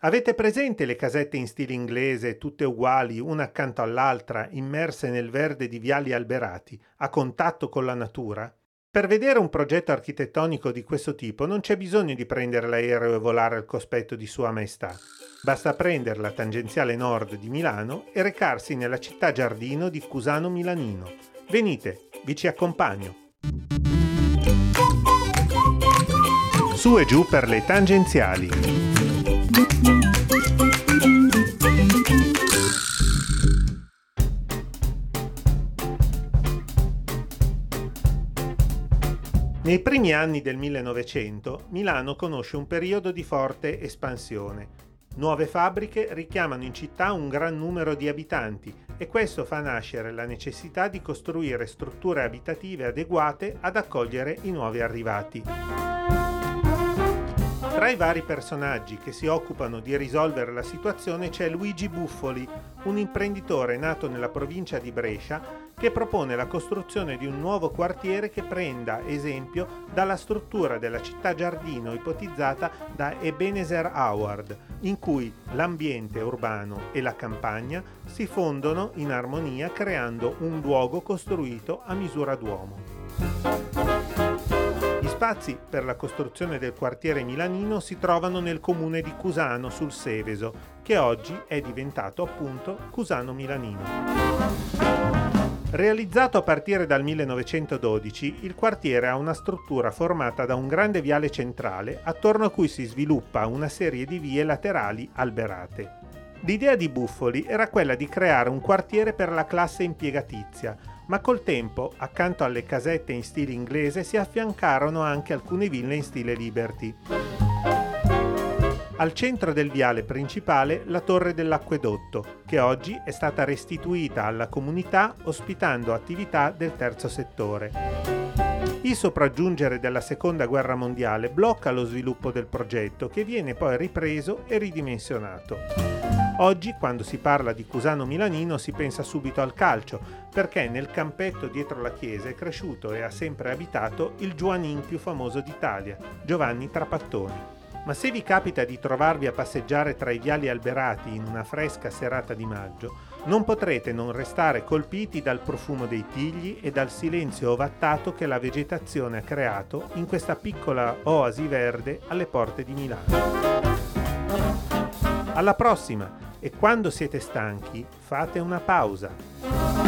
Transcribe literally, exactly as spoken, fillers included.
Avete presente le casette in stile inglese, tutte uguali, una accanto all'altra, immerse nel verde di viali alberati, a contatto con la natura? Per vedere un progetto architettonico di questo tipo non c'è bisogno di prendere l'aereo e volare al cospetto di Sua Maestà. Basta prendere la tangenziale nord di Milano e recarsi nella città giardino di Cusano Milanino. Venite, vi ci accompagno. Su e giù per le tangenziali. Nei primi anni del millenovecento, Milano conosce un periodo di forte espansione. Nuove fabbriche richiamano in città un gran numero di abitanti e questo fa nascere la necessità di costruire strutture abitative adeguate ad accogliere i nuovi arrivati. Tra i vari personaggi che si occupano di risolvere la situazione c'è Luigi Buffoli, un imprenditore nato nella provincia di Brescia che propone la costruzione di un nuovo quartiere che prenda esempio dalla struttura della città giardino ipotizzata da Ebenezer Howard, in cui l'ambiente urbano e la campagna si fondono in armonia creando un luogo costruito a misura d'uomo. Gli spazi per la costruzione del quartiere milanino si trovano nel comune di Cusano sul Seveso, che oggi è diventato appunto Cusano Milanino. Realizzato a partire dal millenovecentododici, il quartiere ha una struttura formata da un grande viale centrale attorno a cui si sviluppa una serie di vie laterali alberate. L'idea di Buffoli era quella di creare un quartiere per la classe impiegatizia, ma col tempo, accanto alle casette in stile inglese, si affiancarono anche alcune ville in stile Liberty. Al centro del viale principale la torre dell'acquedotto, che oggi è stata restituita alla comunità ospitando attività del terzo settore. Il sopraggiungere della seconda guerra mondiale blocca lo sviluppo del progetto, che viene poi ripreso e ridimensionato. Oggi, quando si parla di Cusano Milanino, si pensa subito al calcio, perché nel campetto dietro la chiesa è cresciuto e ha sempre abitato il giuanin più famoso d'Italia, Giovanni Trapattoni. Ma se vi capita di trovarvi a passeggiare tra i viali alberati in una fresca serata di maggio, non potrete non restare colpiti dal profumo dei tigli e dal silenzio ovattato che la vegetazione ha creato in questa piccola oasi verde alle porte di Milano. Alla prossima! E quando siete stanchi, fate una pausa.